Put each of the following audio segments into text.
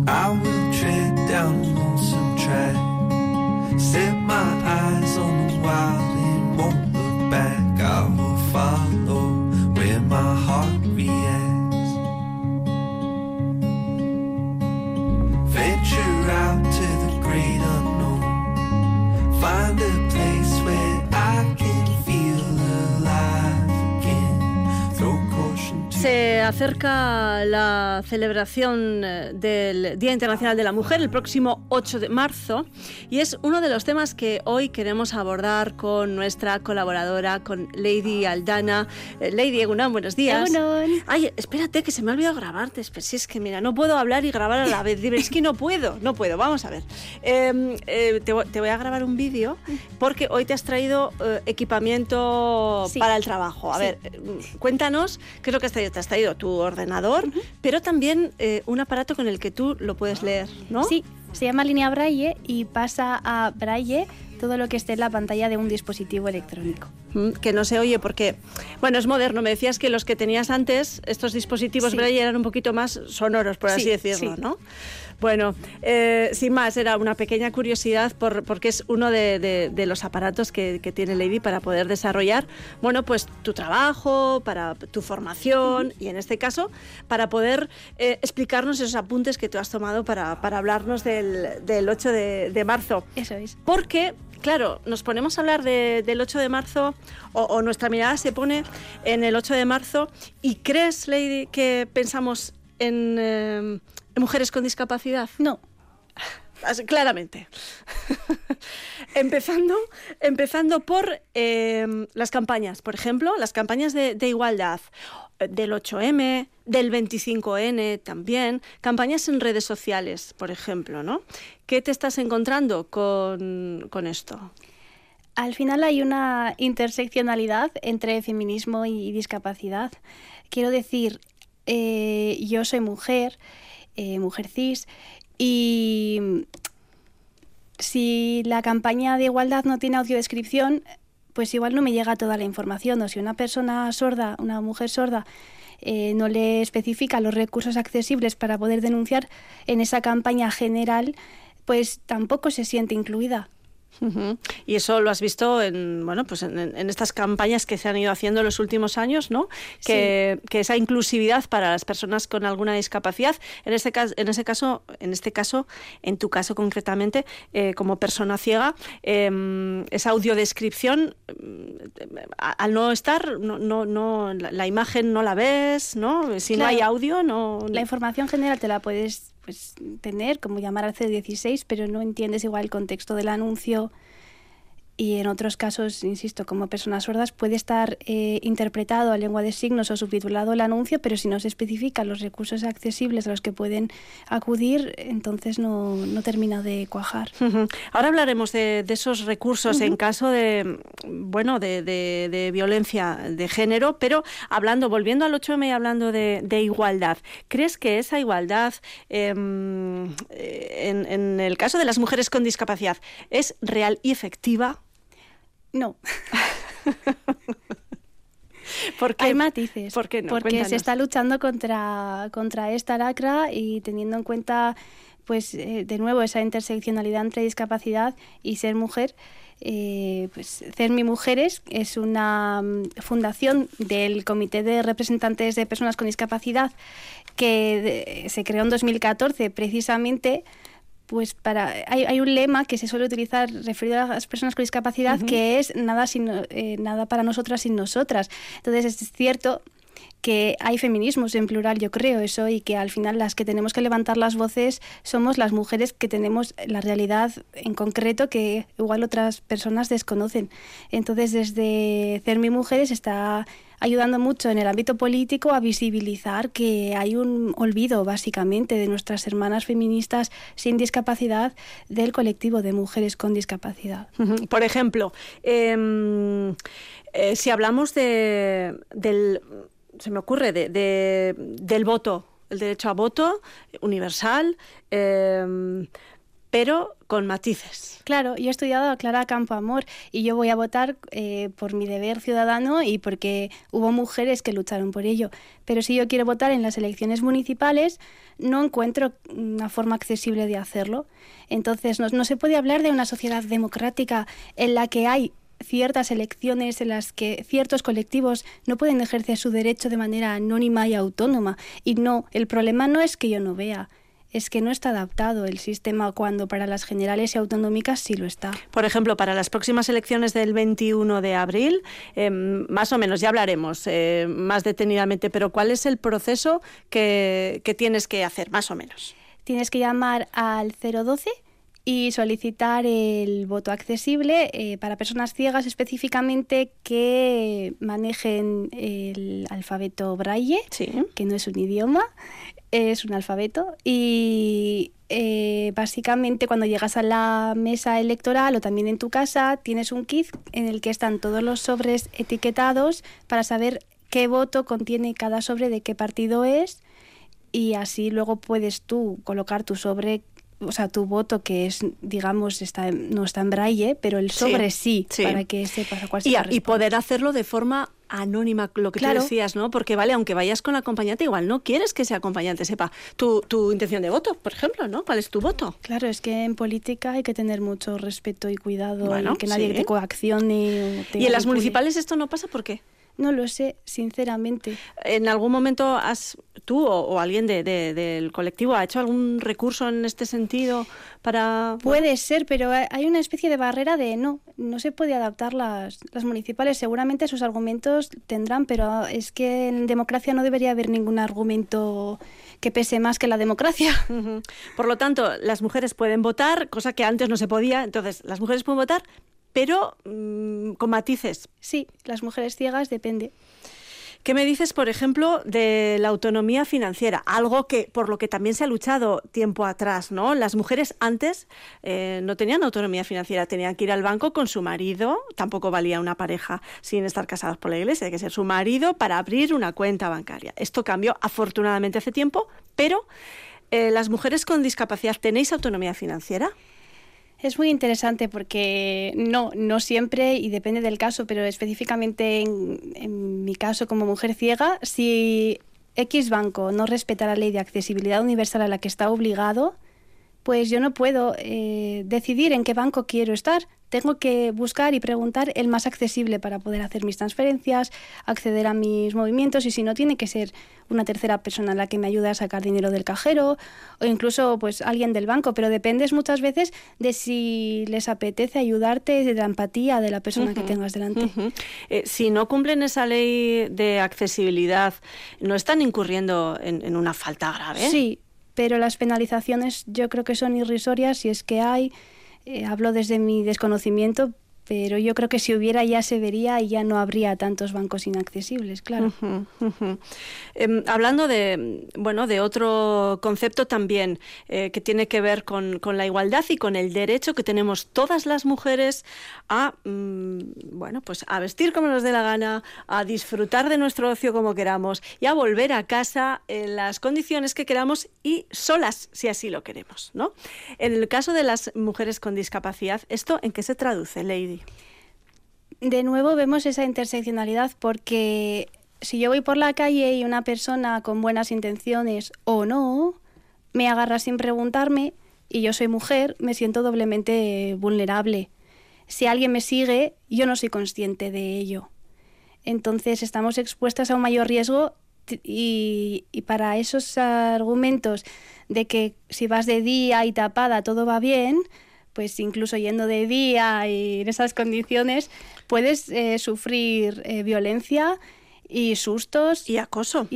I will tread down a lonesome track, set my eyes on the wild and won't look back. I will follow where my heart reacts. Venture out to the great unknown, find a place where I can feel alive again. Throw caution to... Se acerca la celebración del Día Internacional de la Mujer el próximo 8 de marzo y es uno de los temas que hoy queremos abordar con nuestra colaboradora, con Lady Aldana. Lady Egunon, buenos días. Egunon. Ay, espérate que se me ha olvidado grabarte. Si es que mira, no puedo hablar y grabar a la vez. Es que no puedo. Vamos a ver. Te voy a grabar un vídeo porque hoy te has traído equipamiento para el trabajo. A ver, cuéntanos qué es lo que has traído. Te has traído tu ordenador, pero también un aparato con el que tú lo puedes leer, ¿no? Sí, se llama línea Braille y pasa a Braille todo lo que esté en la pantalla de un dispositivo electrónico. Que no se oye porque, bueno, es moderno. Me decías que los que tenías antes, estos dispositivos Braille eran un poquito más sonoros, por así decirlo, ¿no? Bueno, sin más, era una pequeña curiosidad porque es uno de los aparatos que tiene Lady para poder desarrollar, bueno, pues tu trabajo, para tu formación y en este caso para poder explicarnos esos apuntes que tú has tomado para hablarnos del 8 de marzo. Eso es. Porque, claro, nos ponemos a hablar del 8 de marzo o nuestra mirada se pone en el 8 de marzo y ¿crees, Lady, que pensamos en mujeres con discapacidad? No. Claramente. Empezando por las campañas, por ejemplo, las campañas de igualdad del 8M, del 25N también, campañas en redes sociales, por ejemplo, ¿no? ¿Qué te estás encontrando con esto? Al final hay una interseccionalidad entre feminismo y discapacidad. Quiero decir, yo soy mujer cis, y si la campaña de igualdad no tiene audiodescripción, pues igual no me llega toda la información. O si una persona sorda, una mujer sorda, no le especifica los recursos accesibles para poder denunciar en esa campaña general, pues tampoco se siente incluida. Uh-huh. Y eso lo has visto en estas campañas que se han ido haciendo en los últimos años, ¿no? Que esa inclusividad para las personas con alguna discapacidad, en este caso, en tu caso concretamente, como persona ciega, esa audiodescripción, al no estar, la imagen no la ves, ¿no? Si no hay audio, no. La información general te la puedes tener, como llamar al C16, pero no entiendes igual el contexto del anuncio. Y en otros casos, insisto, como personas sordas puede estar interpretado a lengua de signos o subtitulado el anuncio, pero si no se especifican los recursos accesibles a los que pueden acudir, entonces no termina de cuajar. Uh-huh. Ahora hablaremos de esos recursos en caso de violencia de género, pero volviendo al 8M y hablando de igualdad, ¿crees que esa igualdad en el caso de las mujeres con discapacidad es real y efectiva? No. ¿Por qué? Hay matices. ¿Por qué no? Porque Cuéntanos. se está luchando contra esta lacra y teniendo en cuenta, pues, de nuevo, esa interseccionalidad entre discapacidad y ser mujer. CERMI Mujeres es una fundación del Comité de Representantes de Personas con Discapacidad que se creó en 2014 precisamente. Pues hay un lema que se suele utilizar referido a las personas con discapacidad, uh-huh, que es nada para nosotras sin nosotras. Entonces es cierto que hay feminismos en plural, yo creo eso, y que al final las que tenemos que levantar las voces somos las mujeres que tenemos la realidad en concreto que igual otras personas desconocen. Entonces desde CERMI Mujeres está ayudando mucho en el ámbito político a visibilizar que hay un olvido básicamente de nuestras hermanas feministas sin discapacidad del colectivo de mujeres con discapacidad. Por ejemplo, si hablamos del voto, el derecho a voto universal, pero con matices. Claro, yo he estudiado a Clara Campoamor y yo voy a votar por mi deber ciudadano y porque hubo mujeres que lucharon por ello. Pero si yo quiero votar en las elecciones municipales, no encuentro una forma accesible de hacerlo. Entonces, no se puede hablar de una sociedad democrática en la que hay ciertas elecciones en las que ciertos colectivos no pueden ejercer su derecho de manera anónima y autónoma. Y no, el problema no es que yo no vea, es que no está adaptado el sistema cuando para las generales y autonómicas sí lo está. Por ejemplo, para las próximas elecciones del 21 de abril, más o menos, ya hablaremos más detenidamente, pero ¿cuál es el proceso que tienes que hacer, más o menos? Tienes que llamar al 012 y solicitar el voto accesible para personas ciegas específicamente que manejen el alfabeto Braille, sí, que no es un idioma, es un alfabeto. Y básicamente cuando llegas a la mesa electoral o también en tu casa tienes un kit en el que están todos los sobres etiquetados para saber qué voto contiene cada sobre, de qué partido es, y así luego puedes tú colocar tu sobre, o sea, tu voto, que es, digamos, no está en braille, pero el sobre sí, para que sepas a cuál se corresponde. Y poder hacerlo de forma anónima, lo que tú decías, ¿no? Porque, vale, aunque vayas con acompañante, igual no quieres que ese acompañante sepa tu intención de voto, por ejemplo, ¿no? ¿Cuál es tu voto? Claro, es que en política hay que tener mucho respeto y cuidado, y que nadie te coaccione. ¿Y en las municipales esto no pasa? ¿Por qué? No lo sé, sinceramente. ¿En algún momento tú o alguien del colectivo ha hecho algún recurso en este sentido para...? Puede ser, pero hay una especie de barrera de no se puede adaptar las municipales. Seguramente sus argumentos tendrán, pero es que en democracia no debería haber ningún argumento que pese más que la democracia. Uh-huh. Por lo tanto, las mujeres pueden votar, cosa que antes no se podía. Entonces, las mujeres pueden votar, pero con matices. Sí, las mujeres ciegas depende. ¿Qué me dices, por ejemplo, de la autonomía financiera? Algo que por lo que también se ha luchado tiempo atrás, ¿no? Las mujeres antes no tenían autonomía financiera, tenían que ir al banco con su marido, tampoco valía una pareja sin estar casados por la iglesia, hay que ser su marido para abrir una cuenta bancaria. Esto cambió afortunadamente hace tiempo, pero las mujeres con discapacidad, ¿tenéis autonomía financiera? Es muy interesante porque no siempre, y depende del caso, pero específicamente en mi caso como mujer ciega, si X banco no respeta la ley de accesibilidad universal a la que está obligado, pues yo no puedo decidir en qué banco quiero estar. Tengo que buscar y preguntar el más accesible para poder hacer mis transferencias, acceder a mis movimientos, y si no, tiene que ser una tercera persona la que me ayude a sacar dinero del cajero o incluso pues alguien del banco, pero dependes muchas veces de si les apetece ayudarte, de la empatía de la persona que tengas delante. Si no cumplen esa ley de accesibilidad, ¿no están incurriendo en una falta grave? Sí, pero las penalizaciones yo creo que son irrisorias, si es que hay. Hablo desde mi desconocimiento, pero yo creo que si hubiera ya se vería y ya no habría tantos bancos inaccesibles, claro. Hablando de otro concepto también que tiene que ver con la igualdad y con el derecho que tenemos todas las mujeres a a vestir como nos dé la gana, a disfrutar de nuestro ocio como queramos y a volver a casa en las condiciones que queramos y solas si así lo queremos, ¿no? En el caso de las mujeres con discapacidad, ¿esto en qué se traduce, Lady? De nuevo vemos esa interseccionalidad, porque si yo voy por la calle y una persona con buenas intenciones o no me agarra sin preguntarme y yo soy mujer, me siento doblemente vulnerable. Si alguien me sigue, yo no soy consciente de ello. Entonces estamos expuestas a un mayor riesgo, y para esos argumentos de que si vas de día y tapada todo va bien, pues incluso yendo de día y en esas condiciones puedes sufrir violencia y sustos. Y acoso.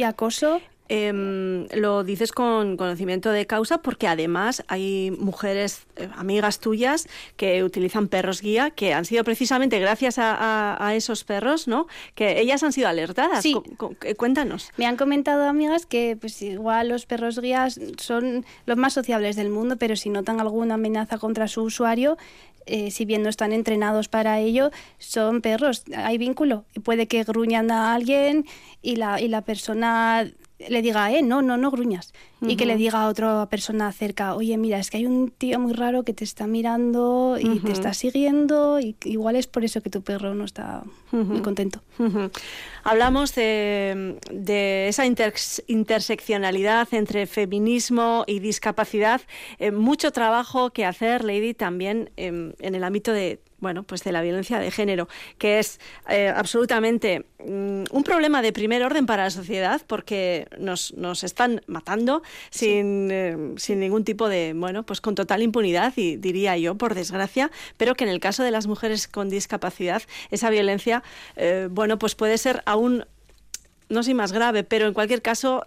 Lo dices con conocimiento de causa, porque además hay mujeres, amigas tuyas, que utilizan perros guía, que han sido precisamente gracias a esos perros, ¿no?, que ellas han sido alertadas. Sí. Cuéntanos. Me han comentado amigas que pues igual los perros guías son los más sociables del mundo, pero si notan alguna amenaza contra su usuario, si bien no están entrenados para ello, son perros, hay vínculo. Puede que gruñan a alguien y la persona le diga, no gruñas. Y que le diga a otra persona cerca, oye, mira, es que hay un tío muy raro que te está mirando y te está siguiendo, y igual es por eso que tu perro no está muy contento. Hablamos de esa interseccionalidad entre feminismo y discapacidad. Mucho trabajo que hacer, Lady, también en el ámbito de la violencia de género, que es absolutamente un problema de primer orden para la sociedad, porque nos están matando sin ningún tipo de, con total impunidad, y diría yo, por desgracia, pero que en el caso de las mujeres con discapacidad, esa violencia, pues puede ser aún, no sé, más grave, pero en cualquier caso,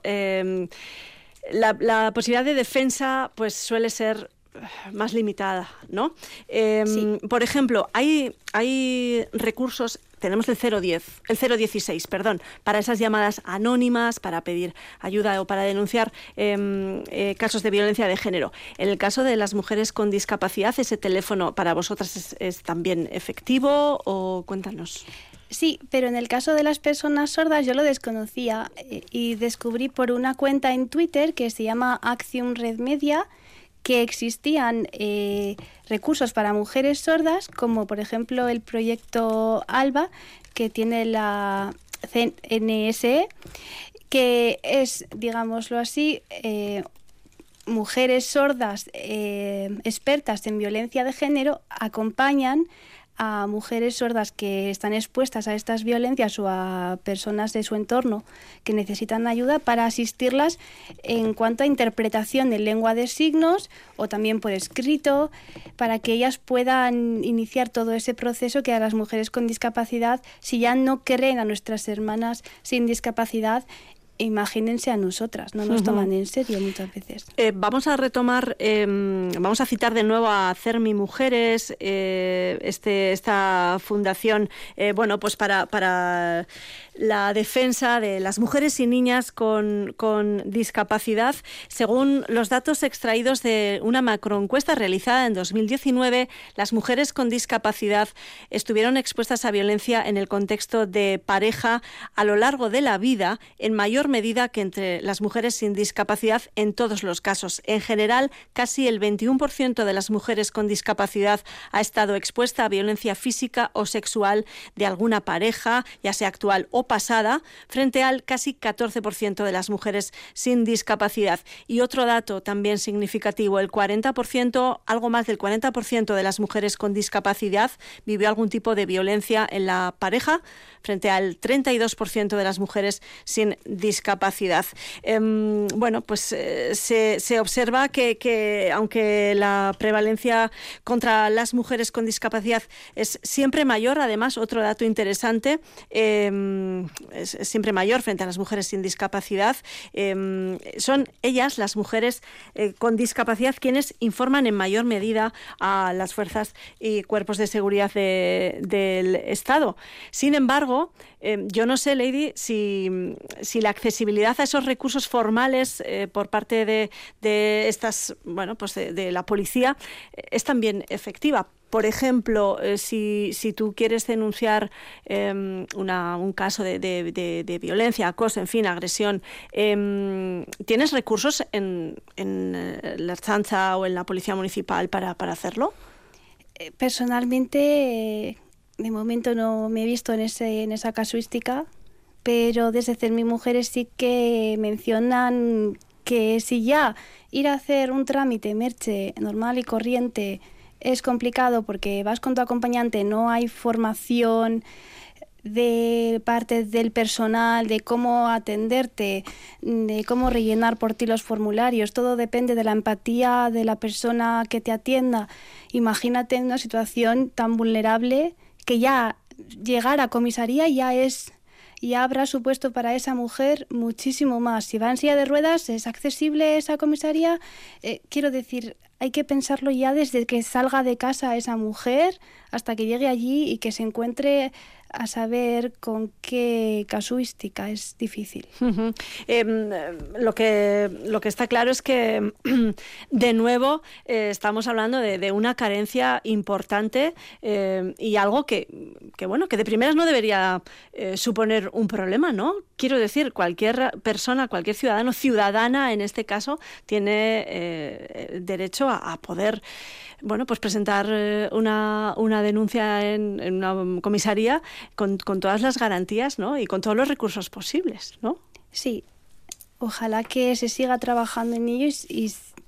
la posibilidad de defensa pues suele ser más limitada, ¿no? Sí. Por ejemplo, hay recursos, tenemos el 016, para esas llamadas anónimas, para pedir ayuda o para denunciar casos de violencia de género. En el caso de las mujeres con discapacidad, ¿ese teléfono para vosotras es también efectivo, o cuéntanos? Sí, pero en el caso de las personas sordas yo lo desconocía y descubrí por una cuenta en Twitter que se llama Acción Red Media, que existían recursos para mujeres sordas, como por ejemplo el proyecto ALBA, que tiene la CNSE, que es, digámoslo así, mujeres sordas expertas en violencia de género acompañan a mujeres sordas que están expuestas a estas violencias o a personas de su entorno que necesitan ayuda, para asistirlas en cuanto a interpretación en lengua de signos o también por escrito, para que ellas puedan iniciar todo ese proceso que a las mujeres con discapacidad, si ya no creen a nuestras hermanas sin discapacidad, imagínense a nosotras, no nos toman en serio muchas veces. Vamos a retomar, vamos a citar de nuevo a CERMI Mujeres, esta fundación, pues para la defensa de las mujeres y niñas con discapacidad. Según los datos extraídos de una macroencuesta realizada en 2019, las mujeres con discapacidad estuvieron expuestas a violencia en el contexto de pareja a lo largo de la vida, en mayor medida que entre las mujeres sin discapacidad en todos los casos. En general, casi el 21% de las mujeres con discapacidad ha estado expuesta a violencia física o sexual de alguna pareja, ya sea actual o pasada, frente al casi 14% de las mujeres sin discapacidad. Y otro dato también significativo, el 40%, algo más del 40% de las mujeres con discapacidad vivió algún tipo de violencia en la pareja, frente al 32% de las mujeres sin discapacidad. Se observa que aunque la prevalencia contra las mujeres con discapacidad es siempre mayor, además, otro dato interesante, es siempre mayor frente a las mujeres sin discapacidad, son ellas, las mujeres con discapacidad, quienes informan en mayor medida a las fuerzas y cuerpos de seguridad del Estado. Sin embargo, yo no sé, Lady, si la accesibilidad a esos recursos formales por parte de estas, de la policía es también efectiva. Por ejemplo, si tú quieres denunciar un caso de violencia, acoso, en fin, agresión, ¿tienes recursos en la Ertzaintza o en la Policía Municipal para hacerlo? Personalmente, de momento no me he visto en esa casuística, pero desde CERMI Mujeres sí que mencionan que si ya ir a hacer un trámite Merche normal y corriente es complicado porque vas con tu acompañante, no hay formación de parte del personal, de cómo atenderte, de cómo rellenar por ti los formularios, todo depende de la empatía de la persona que te atienda. Imagínate en una situación tan vulnerable que ya llegar a comisaría ya habrá supuesto para esa mujer muchísimo más. Si va en silla de ruedas, ¿es accesible esa comisaría? Quiero decir, hay que pensarlo ya desde que salga de casa esa mujer hasta que llegue allí y que se encuentre a saber con qué casuística. Es difícil. Uh-huh. Lo que está claro es que, de nuevo, estamos hablando de una carencia importante y algo que de primeras no debería suponer un problema, ¿no? Quiero decir, cualquier persona, cualquier ciudadana en este caso, tiene derecho a poder pues presentar una denuncia en una comisaría con todas las garantías, ¿no? Y con todos los recursos posibles, ¿no? Sí, ojalá que se siga trabajando en ello y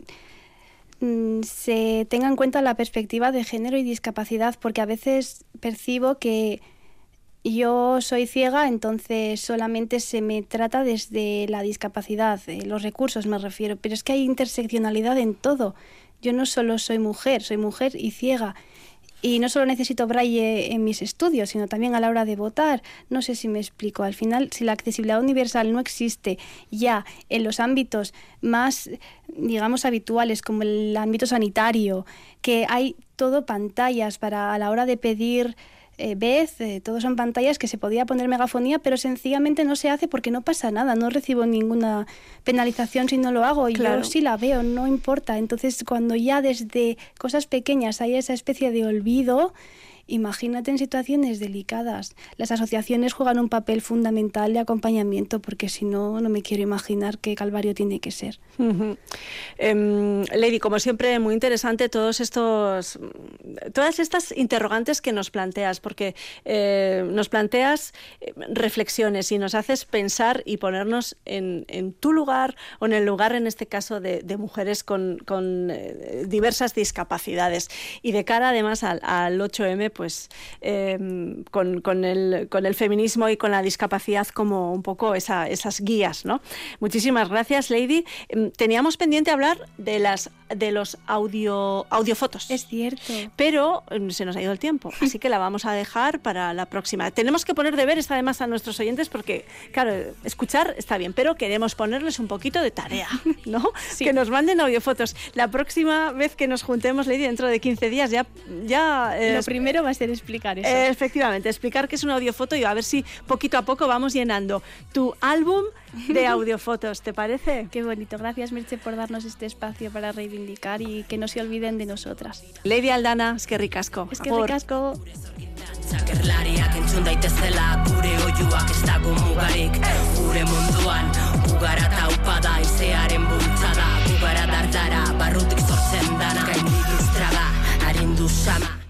se tenga en cuenta la perspectiva de género y discapacidad, porque a veces percibo que yo soy ciega, entonces solamente se me trata desde la discapacidad, los recursos me refiero, pero es que hay interseccionalidad en todo. Yo no solo soy mujer y ciega. Y no solo necesito braille en mis estudios, sino también a la hora de votar. No sé si me explico. Al final, si la accesibilidad universal no existe ya en los ámbitos más, digamos, habituales, como el ámbito sanitario, que hay todo pantallas para a la hora de pedir todos son pantallas que se podía poner megafonía, pero sencillamente no se hace porque no pasa nada, no recibo ninguna penalización si no lo hago, y claro, yo sí la veo, no importa. Entonces, cuando ya desde cosas pequeñas hay esa especie de olvido, imagínate en situaciones delicadas. Las asociaciones juegan un papel fundamental de acompañamiento, porque si no, no me quiero imaginar qué calvario tiene que ser. Uh-huh. Lady, como siempre, muy interesante todas estas interrogantes que nos planteas, porque nos planteas reflexiones y nos haces pensar y ponernos en tu lugar o en el lugar, en este caso, de mujeres con diversas discapacidades. Y de cara, además, al 8M, pues con el feminismo y con la discapacidad como un poco esas guías, ¿no? Muchísimas gracias, Lady. Teníamos pendiente hablar de los audiofotos. Es cierto. Pero se nos ha ido el tiempo, así que la vamos a dejar para la próxima. Tenemos que poner deberes además a nuestros oyentes porque, claro, escuchar está bien, pero queremos ponerles un poquito de tarea, ¿no? Sí. Que nos manden audiofotos. La próxima vez que nos juntemos, Lady, dentro de 15 días, ya lo primero va a ser explicar eso. Efectivamente, explicar qué es una audiofoto y a ver si poquito a poco vamos llenando tu álbum de audiofotos, ¿te parece? Qué bonito. Gracias, Merche, por darnos este espacio para reivindicar y que no se olviden de nosotras. Lady Aldana, eskerrik asko. Eskerrik asko. Txakerlariak entzun daitezela gure oiuak ez dago mugarik gure munduan ugara taupada izearen bultzada ugara dardara barrutik sortzen dana gaindik estraga arindu sama